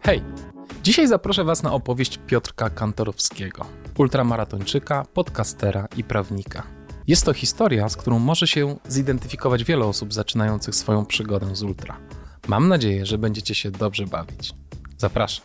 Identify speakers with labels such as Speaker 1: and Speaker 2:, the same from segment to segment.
Speaker 1: Hej! Dzisiaj zaproszę Was na opowieść Piotrka Kantorowskiego, ultramaratończyka, podcastera i prawnika. Jest to historia, z którą może się zidentyfikować wiele osób zaczynających swoją przygodę z ultra. Mam nadzieję, że będziecie się dobrze bawić. Zapraszam.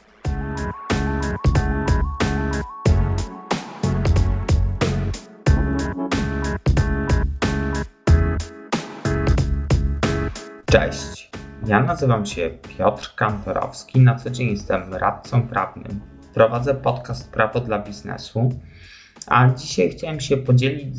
Speaker 2: Cześć, ja nazywam się Piotr Kantorowski, na co dzień jestem radcą prawnym. Prowadzę podcast Prawo dla biznesu, a dzisiaj chciałem się podzielić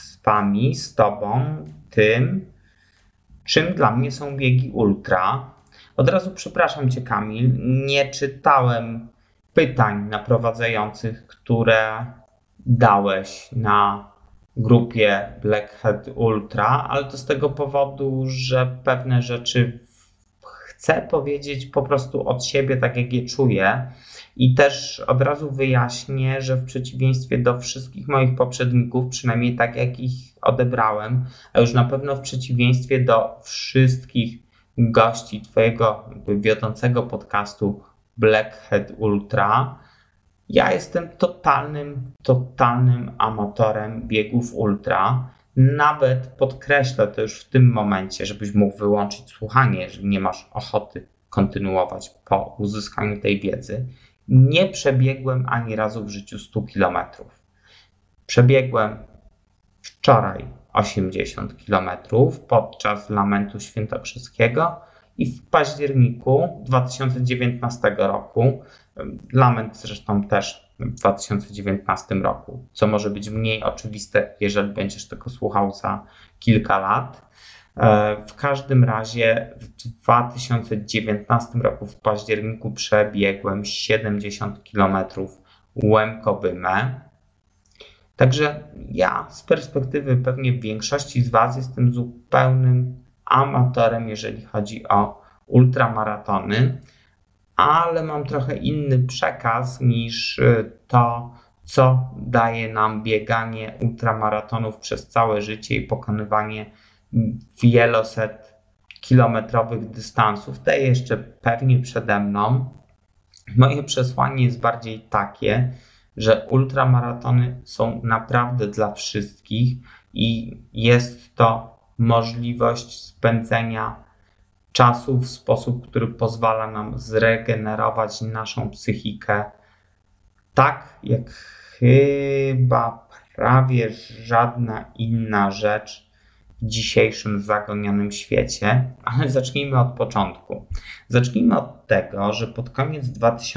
Speaker 2: z Tobą tym, czym dla mnie są biegi ultra. Od razu przepraszam Cię, Kamil, nie czytałem pytań naprowadzających, które dałeś na grupie Black Hat Ultra, ale to z tego powodu, że pewne rzeczy chcę powiedzieć po prostu od siebie, tak jak je czuję. I też od razu wyjaśnię, że w przeciwieństwie do wszystkich moich poprzedników, przynajmniej tak jak ich odebrałem, a już na pewno w przeciwieństwie do wszystkich gości Twojego wiodącego podcastu Black Hat Ultra, ja jestem totalnym amatorem biegów ultra. Nawet podkreślę to już w tym momencie, żebyś mógł wyłączyć słuchanie, jeżeli nie masz ochoty kontynuować po uzyskaniu tej wiedzy. Nie przebiegłem ani razu w życiu 100 km. Przebiegłem wczoraj 80 km podczas Lamentu Świętokrzyskiego i w październiku 2019 roku, Lament zresztą też w 2019 roku, co może być mniej oczywiste, jeżeli będziesz tego słuchał za kilka lat. W każdym razie w 2019 roku w październiku przebiegłem 70 km Łemkowymę. Także ja z perspektywy pewnie większości z Was jestem zupełnym amatorem, jeżeli chodzi o ultramaratony, ale mam trochę inny przekaz niż to, co daje nam bieganie ultramaratonów przez całe życie i pokonywanie wieloset kilometrowych dystansów. Te jeszcze pewnie przede mną. Moje przesłanie jest bardziej takie, że ultramaratony są naprawdę dla wszystkich i jest to możliwość spędzenia czasu w sposób, który pozwala nam zregenerować naszą psychikę tak, jak chyba prawie żadna inna rzecz w dzisiejszym zagonionym świecie. Ale zacznijmy od początku. Zacznijmy od tego, że pod koniec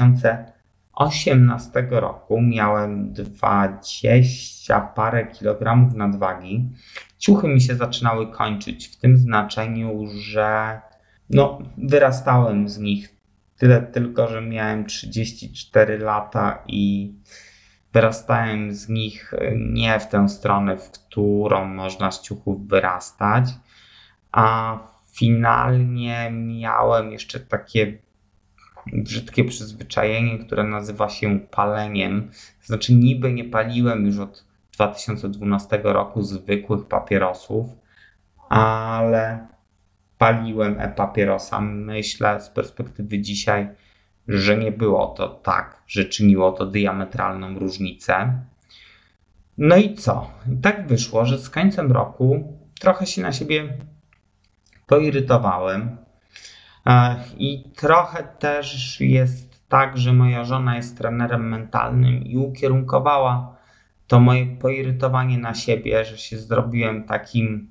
Speaker 2: 2018 roku miałem 20 parę kilogramów nadwagi. Ciuchy mi się zaczynały kończyć w tym znaczeniu, że wyrastałem z nich tyle tylko, że miałem 34 lata i wyrastałem z nich nie w tę stronę, w którą można z ciuchów wyrastać, a finalnie miałem jeszcze takie brzydkie przyzwyczajenie, które nazywa się paleniem. Znaczy niby nie paliłem już od 2012 roku zwykłych papierosów, ale paliłem e-papierosa. Myślę z perspektywy dzisiaj, że nie było to tak, że czyniło to diametralną różnicę. No i co? Tak wyszło, że z końcem roku trochę się na siebie poirytowałem i trochę też jest tak, że moja żona jest trenerem mentalnym i ukierunkowała to moje poirytowanie na siebie, że się zrobiłem takim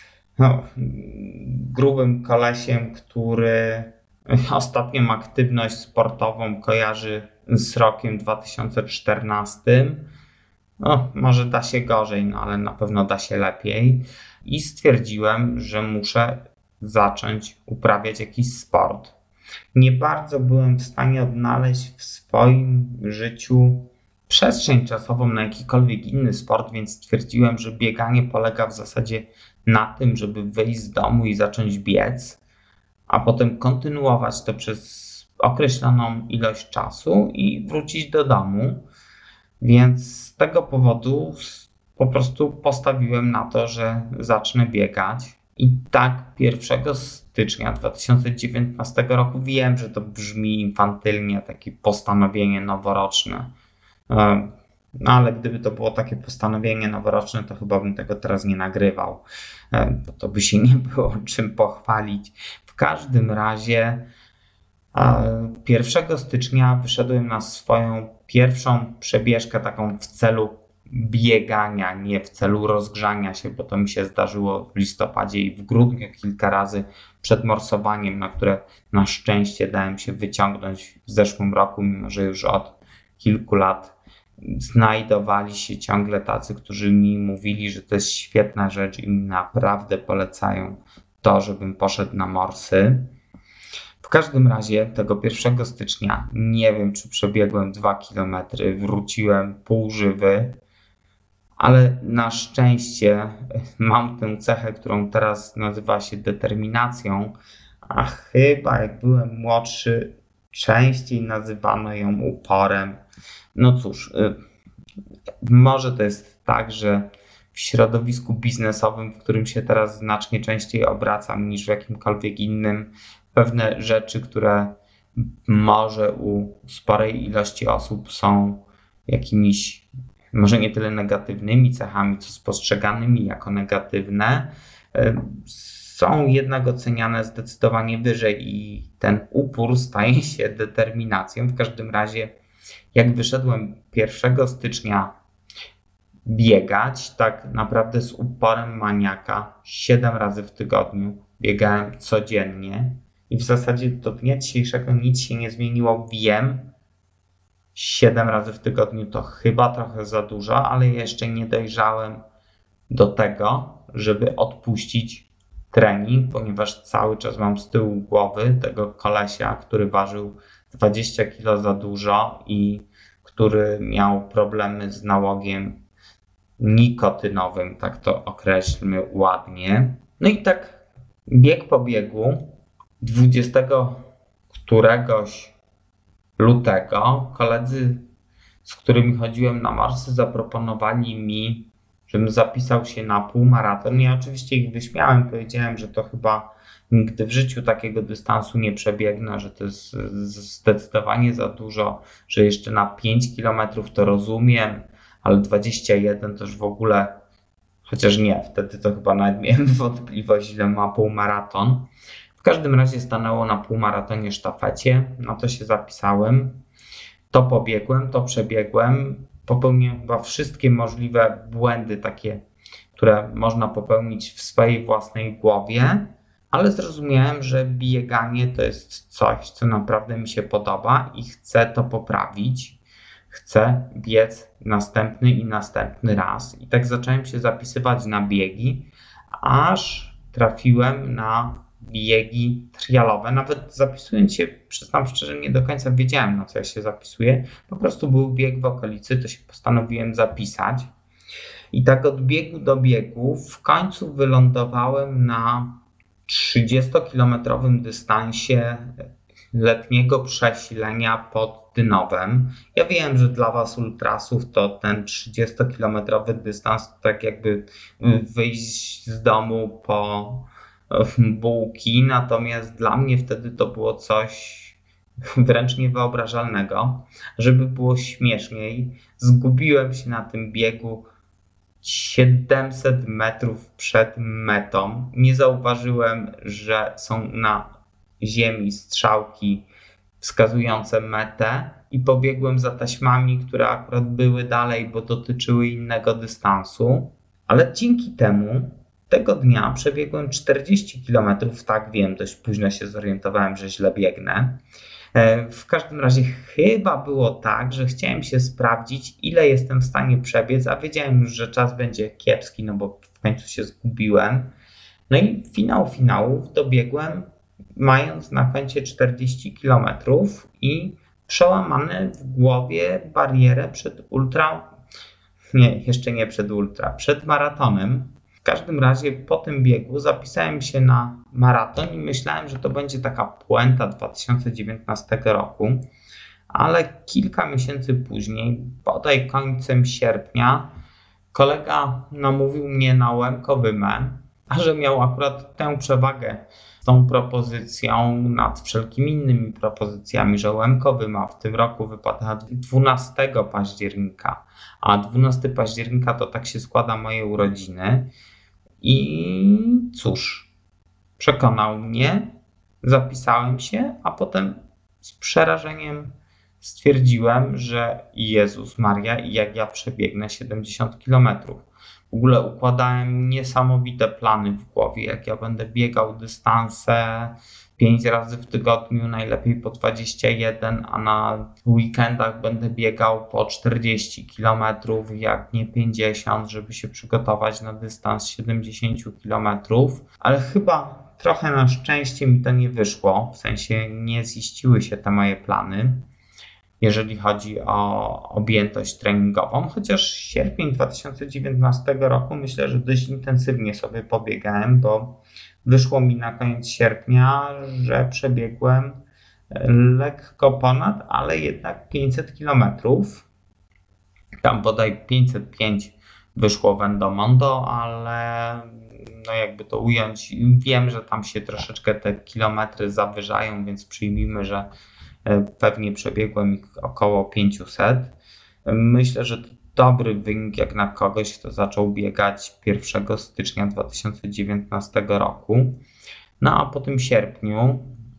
Speaker 2: grubym kolesiem, który ostatnią aktywność sportową kojarzy z rokiem 2014. Może da się gorzej, ale na pewno da się lepiej. I stwierdziłem, że muszę zacząć uprawiać jakiś sport. Nie bardzo byłem w stanie odnaleźć w swoim życiu przestrzeń czasową na jakikolwiek inny sport, więc stwierdziłem, że bieganie polega w zasadzie na tym, żeby wyjść z domu i zacząć biec, a potem kontynuować to przez określoną ilość czasu i wrócić do domu. Więc z tego powodu po prostu postawiłem na to, że zacznę biegać. I tak 1 stycznia 2019 roku. Wiem, że to brzmi infantylnie, takie postanowienie noworoczne. No ale gdyby to było takie postanowienie noworoczne, to chyba bym tego teraz nie nagrywał, bo to by się nie było czym pochwalić. W każdym razie 1 stycznia wyszedłem na swoją pierwszą przebieżkę taką w celu biegania, nie w celu rozgrzania się, bo to mi się zdarzyło w listopadzie i w grudniu kilka razy przed morsowaniem, na które na szczęście dałem się wyciągnąć w zeszłym roku, mimo że już od kilku lat znajdowali się ciągle tacy, którzy mi mówili, że to jest świetna rzecz i mi naprawdę polecają to, żebym poszedł na morsy. W każdym razie tego 1 stycznia nie wiem, czy przebiegłem 2 km, wróciłem półżywy, ale na szczęście mam tę cechę, którą teraz nazywa się determinacją, a chyba jak byłem młodszy, częściej nazywano ją uporem. No cóż, może to jest tak, że w środowisku biznesowym, w którym się teraz znacznie częściej obracam niż w jakimkolwiek innym, pewne rzeczy, które może u sporej ilości osób są jakimiś, może nie tyle negatywnymi cechami, co spostrzeganymi jako negatywne, są jednak oceniane zdecydowanie wyżej i ten upór staje się determinacją. W każdym razie, jak wyszedłem 1 stycznia biegać, tak naprawdę z uporem maniaka 7 razy w tygodniu biegałem codziennie i w zasadzie do dnia dzisiejszego nic się nie zmieniło. Wiem, 7 razy w tygodniu to chyba trochę za dużo, ale jeszcze nie dojrzałem do tego, żeby odpuścić trening, ponieważ cały czas mam z tyłu głowy tego kolesia, który ważył 20 kg za dużo i który miał problemy z nałogiem nikotynowym, tak to określmy ładnie. No i tak bieg po biegu 20 któregoś lutego koledzy, z którymi chodziłem na morsy, zaproponowali mi, żebym zapisał się na półmaraton. Ja oczywiście ich wyśmiałem, powiedziałem, że to chyba nigdy w życiu takiego dystansu nie przebiegnę, że to jest zdecydowanie za dużo, że jeszcze na 5 km to rozumiem, ale 21 to już w ogóle, chociaż nie, wtedy to chyba nawet miałem wątpliwość, ile ma półmaraton. W każdym razie stanęło na półmaratonie sztafecie, na to się zapisałem, to pobiegłem, to przebiegłem, popełniłem chyba wszystkie możliwe błędy takie, które można popełnić w swojej własnej głowie, ale zrozumiałem, że bieganie to jest coś, co naprawdę mi się podoba i chcę to poprawić. Chcę biec następny i następny raz. I tak zacząłem się zapisywać na biegi, aż trafiłem na biegi trialowe. Nawet zapisując się, przyznam szczerze, nie do końca wiedziałem, na co ja się zapisuję. Po prostu był bieg w okolicy, to się postanowiłem zapisać. I tak od biegu do biegu w końcu wylądowałem na 30-kilometrowym dystansie letniego przesilenia pod Dynowem. Ja wiem, że dla Was ultrasów to ten 30-kilometrowy dystans to tak jakby wyjść z domu po bułki, natomiast dla mnie wtedy to było coś wręcz niewyobrażalnego. Żeby było śmieszniej, zgubiłem się na tym biegu 700 metrów przed metą. Nie zauważyłem, że są na ziemi strzałki wskazujące metę i pobiegłem za taśmami, które akurat były dalej, bo dotyczyły innego dystansu. Ale dzięki temu tego dnia przebiegłem 40 km. Tak, wiem, dość późno się zorientowałem, że źle biegnę. W każdym razie chyba było tak, że chciałem się sprawdzić, ile jestem w stanie przebiec, a wiedziałem już, że czas będzie kiepski, no bo w końcu się zgubiłem. No i finał finałów dobiegłem, mając na koncie 40 km i przełamane w głowie barierę przed przed maratonem. W każdym razie po tym biegu zapisałem się na maraton i myślałem, że to będzie taka puenta 2019 roku, ale kilka miesięcy później, bodaj końcem sierpnia, kolega namówił mnie na łemkowymę, a że miał akurat tę przewagę z tą propozycją nad wszelkimi innymi propozycjami, że Łemkowy ma w tym roku wypada 12 października, a 12 października to tak się składa moje urodziny i cóż, przekonał mnie, zapisałem się, a potem z przerażeniem stwierdziłem, że Jezus Maria, jak ja przebiegnę 70 km. W ogóle układałem niesamowite plany w głowie, jak ja będę biegał dystanse 5 razy w tygodniu, najlepiej po 21, a na weekendach będę biegał po 40 km, jak nie 50, żeby się przygotować na dystans 70 km. Ale chyba trochę na szczęście mi to nie wyszło, w sensie nie ziściły się te moje plany, jeżeli chodzi o objętość treningową, chociaż sierpień 2019 roku myślę, że dość intensywnie sobie pobiegałem, bo wyszło mi na koniec sierpnia, że przebiegłem lekko ponad, ale jednak 500 km. Tam bodaj 505 wyszło w Endomondo, ale no jakby to ująć, wiem, że tam się troszeczkę te kilometry zawyżają, więc przyjmijmy, że pewnie przebiegłem ich około 500. Myślę, że to dobry wynik jak na kogoś, kto zaczął biegać 1 stycznia 2019 roku. No a po tym sierpniu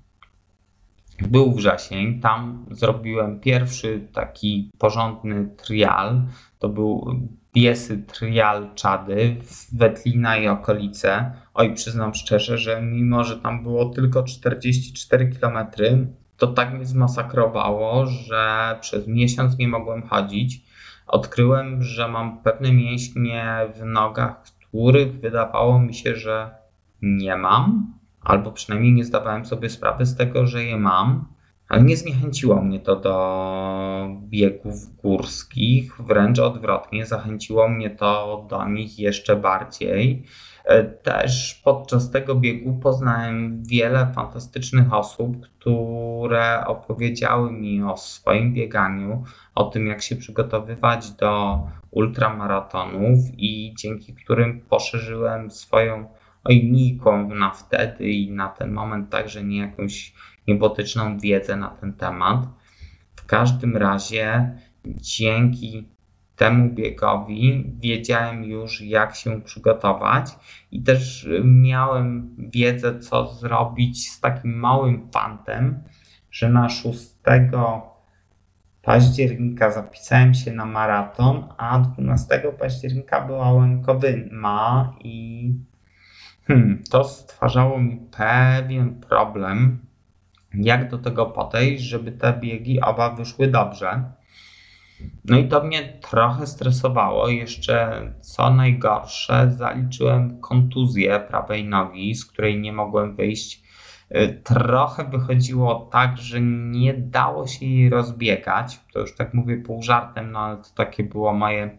Speaker 2: był wrzesień, tam zrobiłem pierwszy taki porządny trial. To był Biesy Trial Czady, Wetlina i okolice. Oj, przyznam szczerze, że mimo, że tam było tylko 44 km, to tak mnie zmasakrowało, że przez miesiąc nie mogłem chodzić. Odkryłem, że mam pewne mięśnie w nogach, których wydawało mi się, że nie mam, albo przynajmniej nie zdawałem sobie sprawy z tego, że je mam, ale nie zniechęciło mnie to do biegów górskich, wręcz odwrotnie, zachęciło mnie to do nich jeszcze bardziej. Też podczas tego biegu poznałem wiele fantastycznych osób, które opowiedziały mi o swoim bieganiu, o tym, jak się przygotowywać do ultramaratonów i dzięki którym poszerzyłem swoją ojniką na wtedy i na ten moment także nie jakąś niebotyczną wiedzę na ten temat. W każdym razie dzięki temu biegowi wiedziałem już, jak się przygotować i też miałem wiedzę, co zrobić z takim małym fantem, że na 6 października zapisałem się na maraton, a 12 października była Łękowyma i to stwarzało mi pewien problem, jak do tego podejść, żeby te biegi oba wyszły dobrze. No i to mnie trochę stresowało. Jeszcze co najgorsze, zaliczyłem kontuzję prawej nogi, z której nie mogłem wyjść. Trochę wychodziło tak, że nie dało się jej rozbiegać. To już tak mówię pół żartem, no ale to takie było moje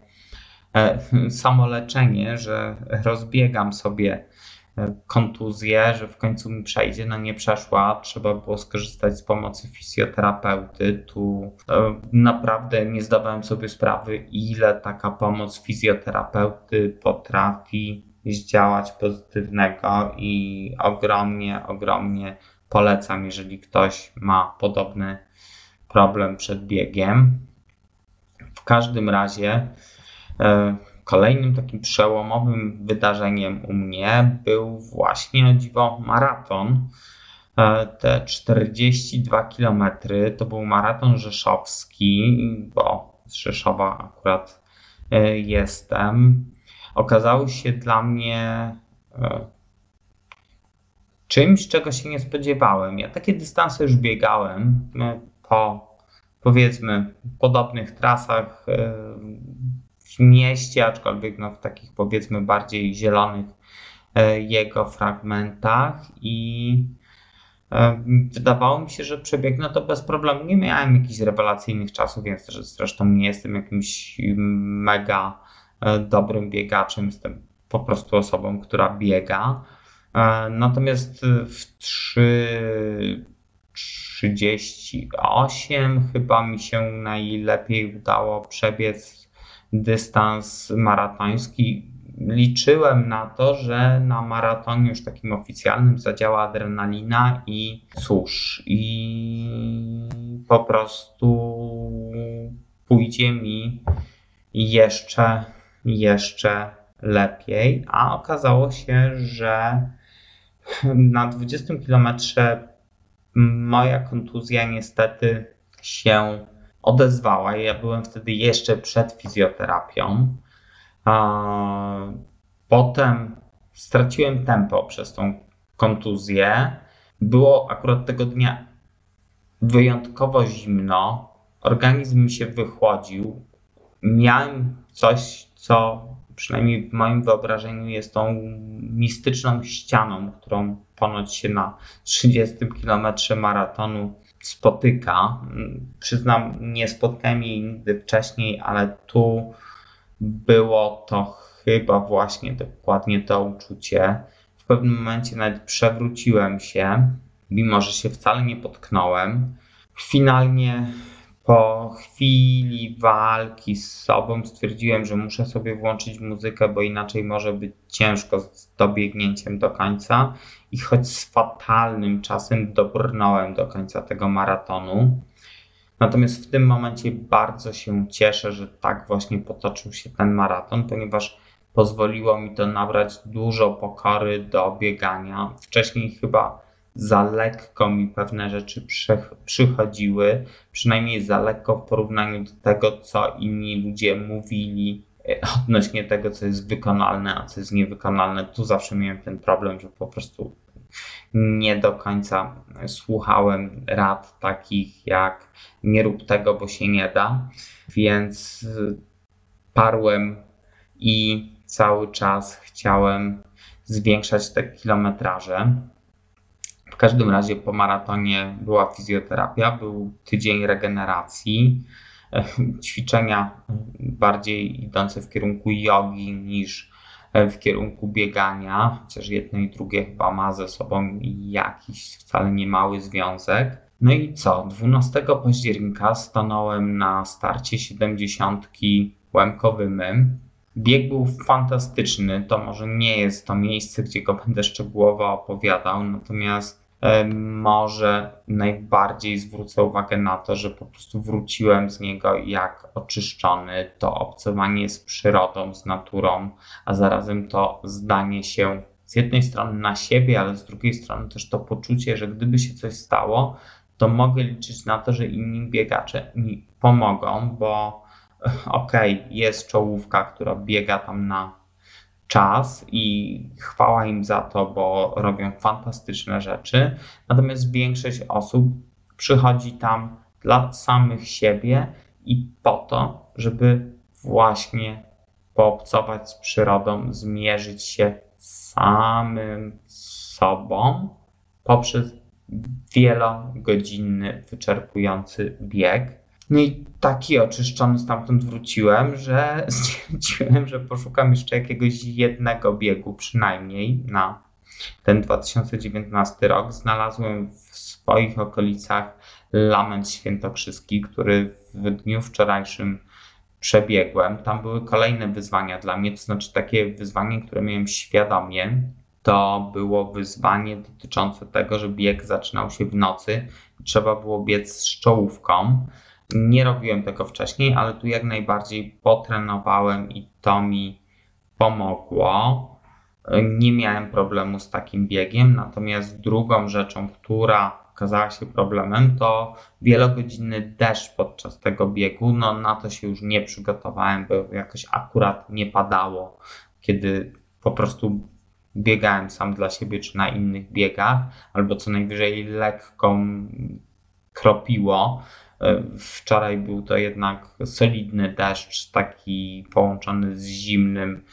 Speaker 2: samoleczenie, że rozbiegam sobie kontuzję, że w końcu mi przejdzie, no nie przeszła, trzeba było skorzystać z pomocy fizjoterapeuty. Tu naprawdę nie zdawałem sobie sprawy, ile taka pomoc fizjoterapeuty potrafi zdziałać pozytywnego i ogromnie polecam, jeżeli ktoś ma podobny problem przed biegiem. W każdym razie kolejnym takim przełomowym wydarzeniem u mnie był właśnie, o dziwo, maraton. Te 42 km to był maraton rzeszowski, bo z Rzeszowa akurat jestem. Okazały się dla mnie czymś, czego się nie spodziewałem. Ja takie dystanse już biegałem po, powiedzmy, podobnych trasach w mieście, aczkolwiek no w takich, powiedzmy, bardziej zielonych jego fragmentach i wydawało mi się, że przebiegnę to bez problemu. Nie miałem jakichś rewelacyjnych czasów, więc zresztą nie jestem jakimś mega dobrym biegaczem, jestem po prostu osobą, która biega. Natomiast w 3:38 chyba mi się najlepiej udało przebiec dystans maratoński. liczyłem na to, że na maratonie już takim oficjalnym zadziała adrenalina i cóż, i po prostu pójdzie mi jeszcze lepiej, a okazało się, że na 20 kilometrze moja kontuzja niestety się odezwała. Ja byłem wtedy jeszcze przed fizjoterapią. Potem straciłem tempo przez tą kontuzję. Było akurat tego dnia wyjątkowo zimno. Organizm mi się wychłodził. Miałem coś, co przynajmniej w moim wyobrażeniu jest tą mistyczną ścianą, którą ponoć się na 30 kilometrze maratonu spotyka. Przyznam, nie spotkałem jej nigdy wcześniej, ale tu było to chyba właśnie dokładnie to uczucie. W pewnym momencie nawet przewróciłem się, mimo że się wcale nie potknąłem. Finalnie po chwili walki z sobą stwierdziłem, że muszę sobie włączyć muzykę, bo inaczej może być ciężko z dobiegnięciem do końca. I choć z fatalnym czasem dobrnąłem do końca tego maratonu. Natomiast w tym momencie bardzo się cieszę, że tak właśnie potoczył się ten maraton, ponieważ pozwoliło mi to nabrać dużo pokory do biegania. Wcześniej chyba za lekko mi pewne rzeczy przychodziły, przynajmniej za lekko w porównaniu do tego, co inni ludzie mówili odnośnie tego, co jest wykonalne, a co jest niewykonalne. Tu zawsze miałem ten problem, że po prostu nie do końca słuchałem rad takich jak nie rób tego, bo się nie da, więc parłem i cały czas chciałem zwiększać te kilometraże. W każdym razie po maratonie była fizjoterapia, był tydzień regeneracji, ćwiczenia bardziej idące w kierunku jogi niż w kierunku biegania, chociaż jedno i drugie chyba ma ze sobą jakiś wcale niemały związek. No i co? 12 października stanąłem na starcie 70 Łemkowymy. Bieg był fantastyczny, to może nie jest to miejsce, gdzie go będę szczegółowo opowiadał, natomiast może najbardziej zwrócę uwagę na to, że po prostu wróciłem z niego jak oczyszczony. To obcowanie z przyrodą, z naturą, a zarazem to zdanie się z jednej strony na siebie, ale z drugiej strony też to poczucie, że gdyby się coś stało, to mogę liczyć na to, że inni biegacze mi pomogą, bo jest czołówka, która biega tam na czas i chwała im za to, bo robią fantastyczne rzeczy. Natomiast większość osób przychodzi tam dla samych siebie i po to, żeby właśnie poobcować z przyrodą, zmierzyć się z samym sobą poprzez wielogodzinny, wyczerpujący bieg. No i taki oczyszczony stamtąd wróciłem, że stwierdziłem, że poszukam jeszcze jakiegoś jednego biegu przynajmniej na ten 2019 rok. Znalazłem w swoich okolicach Lament Świętokrzyski, który w dniu wczorajszym przebiegłem. Tam były kolejne wyzwania dla mnie, to znaczy takie wyzwanie, które miałem świadomie. To było wyzwanie dotyczące tego, że bieg zaczynał się w nocy i trzeba było biec z czołówką. Nie robiłem tego wcześniej, ale tu jak najbardziej potrenowałem i to mi pomogło. Nie miałem problemu z takim biegiem, natomiast drugą rzeczą, która okazała się problemem, to wielogodzinny deszcz podczas tego biegu. No na to się już nie przygotowałem, bo jakoś akurat nie padało, kiedy po prostu biegałem sam dla siebie czy na innych biegach, albo co najwyżej lekko kropiło. Wczoraj był to jednak solidny deszcz, taki połączony z zimnym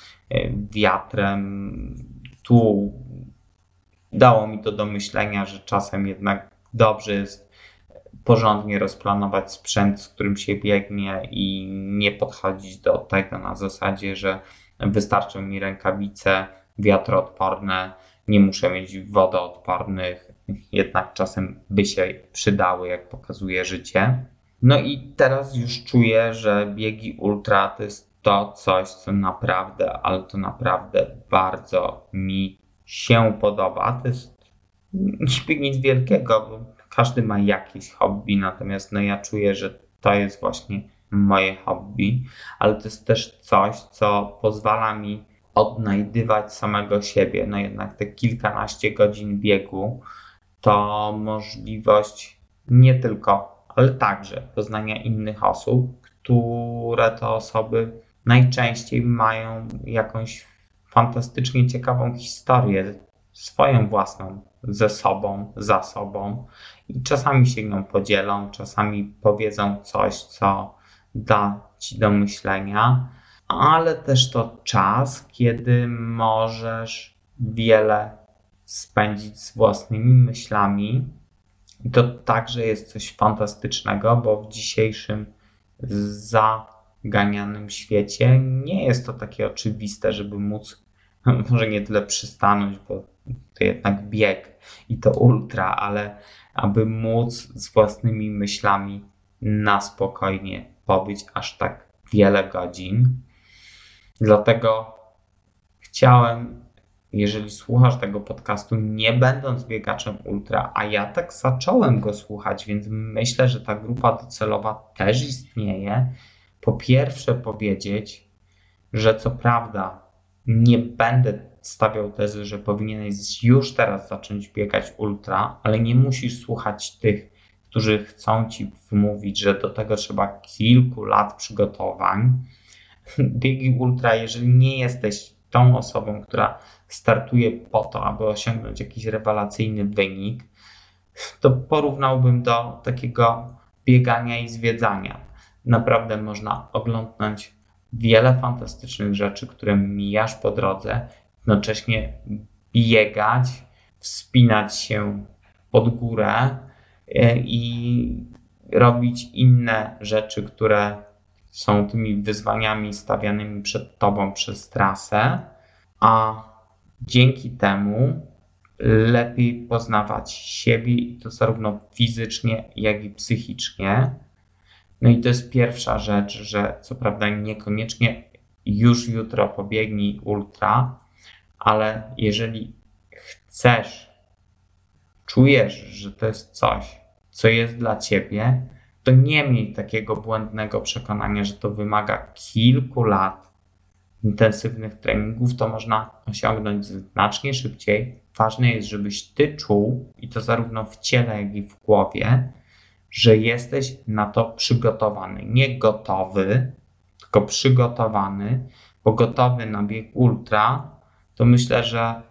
Speaker 2: wiatrem. Tu dało mi to do myślenia, że czasem jednak dobrze jest porządnie rozplanować sprzęt, z którym się biegnie i nie podchodzić do tego na zasadzie, że wystarczą mi rękawice wiatroodporne, nie muszę mieć wodoodpornych, jednak czasem by się przydały, jak pokazuje życie. No i teraz już czuję, że biegi ultra to jest to coś, co naprawdę, ale to naprawdę bardzo mi się podoba. To jest niby nic wielkiego, bo każdy ma jakieś hobby, natomiast ja czuję, że to jest właśnie moje hobby, ale to jest też coś, co pozwala mi odnajdywać samego siebie. Jednak te kilkanaście godzin biegu to możliwość nie tylko, ale także poznania innych osób, które to osoby najczęściej mają jakąś fantastycznie ciekawą historię, swoją własną, ze sobą, za sobą i czasami się nią podzielą, czasami powiedzą coś, co da ci do myślenia, ale też to czas, kiedy możesz wiele spędzić z własnymi myślami. I to także jest coś fantastycznego, bo w dzisiejszym zaganianym świecie nie jest to takie oczywiste, żeby móc, może nie tyle przystanąć, bo to jednak bieg i to ultra, ale aby móc z własnymi myślami na spokojnie pobyć aż tak wiele godzin. Dlatego chciałem, jeżeli słuchasz tego podcastu, nie będąc biegaczem ultra, a ja tak zacząłem go słuchać, więc myślę, że ta grupa docelowa też istnieje. Po pierwsze powiedzieć, że co prawda nie będę stawiał tezy, że powinieneś już teraz zacząć biegać ultra, ale nie musisz słuchać tych, którzy chcą ci wmówić, że do tego trzeba kilku lat przygotowań. Biegi ultra, jeżeli nie jesteś tą osobą, która startuje po to, aby osiągnąć jakiś rewelacyjny wynik, to porównałbym do takiego biegania i zwiedzania. Naprawdę można oglądnąć wiele fantastycznych rzeczy, które mijasz po drodze, jednocześnie biegać, wspinać się pod górę i robić inne rzeczy, które są tymi wyzwaniami stawianymi przed tobą przez trasę, a dzięki temu lepiej poznawać siebie i to zarówno fizycznie, jak i psychicznie. I to jest pierwsza rzecz, że co prawda niekoniecznie już jutro pobiegnij ultra, ale jeżeli chcesz, czujesz, że to jest coś, co jest dla ciebie, to nie miej takiego błędnego przekonania, że to wymaga kilku lat intensywnych treningów, to można osiągnąć znacznie szybciej. Ważne jest, żebyś ty czuł, i to zarówno w ciele, jak i w głowie, że jesteś na to przygotowany. Nie gotowy, tylko przygotowany, bo gotowy na bieg ultra, to myślę, że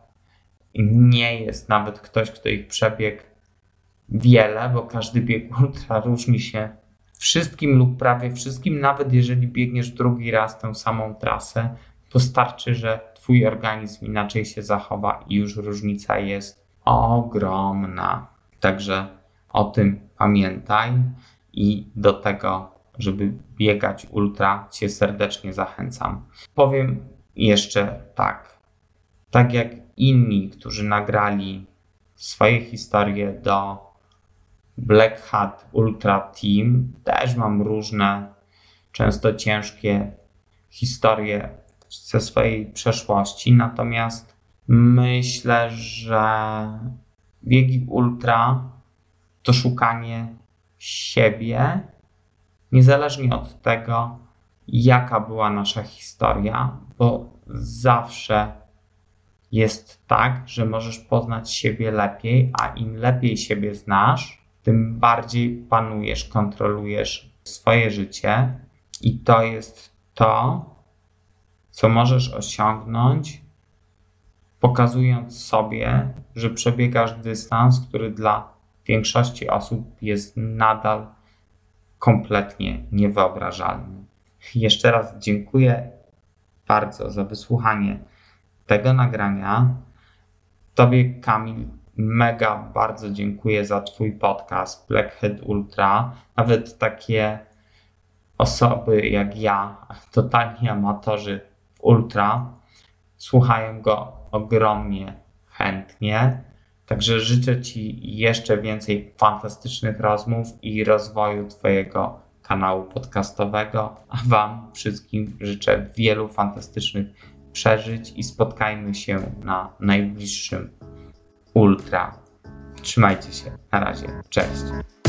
Speaker 2: nie jest nawet ktoś, kto ich przebiegł wiele, bo każdy bieg ultra różni się wszystkim lub prawie wszystkim, nawet jeżeli biegniesz drugi raz tę samą trasę, to starczy, że twój organizm inaczej się zachowa i już różnica jest ogromna. Także o tym pamiętaj i do tego, żeby biegać ultra, cię serdecznie zachęcam. Powiem jeszcze tak jak inni, którzy nagrali swoje historie do Black Hat Ultra Team, też mam różne, często ciężkie historie ze swojej przeszłości, natomiast myślę, że biegi ultra to szukanie siebie, niezależnie od tego, jaka była nasza historia, bo zawsze jest tak, że możesz poznać siebie lepiej, a im lepiej siebie znasz, tym bardziej panujesz, kontrolujesz swoje życie i to jest to, co możesz osiągnąć, pokazując sobie, że przebiegasz dystans, który dla większości osób jest nadal kompletnie niewyobrażalny. Jeszcze raz dziękuję bardzo za wysłuchanie tego nagrania. Tobie, Kamil, mega bardzo dziękuję za twój podcast Black Hat Ultra. Nawet takie osoby jak ja, totalni amatorzy w ultra, słuchają go ogromnie chętnie. Także życzę ci jeszcze więcej fantastycznych rozmów i rozwoju twojego kanału podcastowego, a Wam wszystkim życzę wielu fantastycznych przeżyć i spotkajmy się na najbliższym Ultra. Trzymajcie się, na razie, cześć.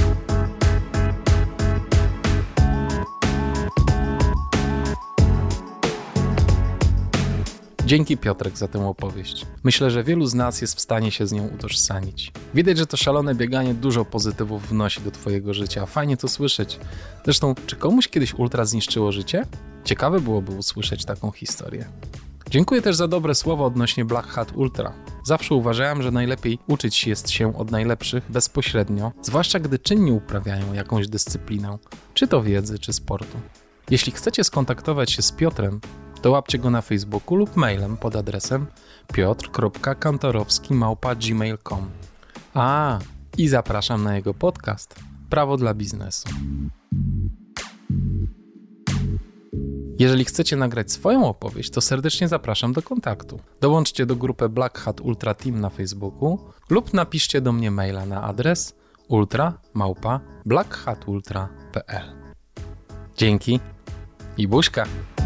Speaker 1: Dzięki Piotrek za tę opowieść. Myślę, że wielu z nas jest w stanie się z nią utożsamić. Widać, że to szalone bieganie dużo pozytywów wnosi do twojego życia. Fajnie to słyszeć. Zresztą, czy komuś kiedyś ultra zniszczyło życie? Ciekawe byłoby usłyszeć taką historię. Dziękuję też za dobre słowa odnośnie Black Hat Ultra. Zawsze uważałem, że najlepiej uczyć jest się od najlepszych bezpośrednio, zwłaszcza gdy czynnie uprawiają jakąś dyscyplinę, czy to wiedzy, czy sportu. Jeśli chcecie skontaktować się z Piotrem, to łapcie go na Facebooku lub mailem pod adresem piotr.kantorowski@gmail.com. I zapraszam na jego podcast Prawo dla biznesu. Jeżeli chcecie nagrać swoją opowieść, to serdecznie zapraszam do kontaktu. Dołączcie do grupy Black Hat Ultra Team na Facebooku lub napiszcie do mnie maila na adres ultra@blackhatultra.pl. Dzięki i buźka!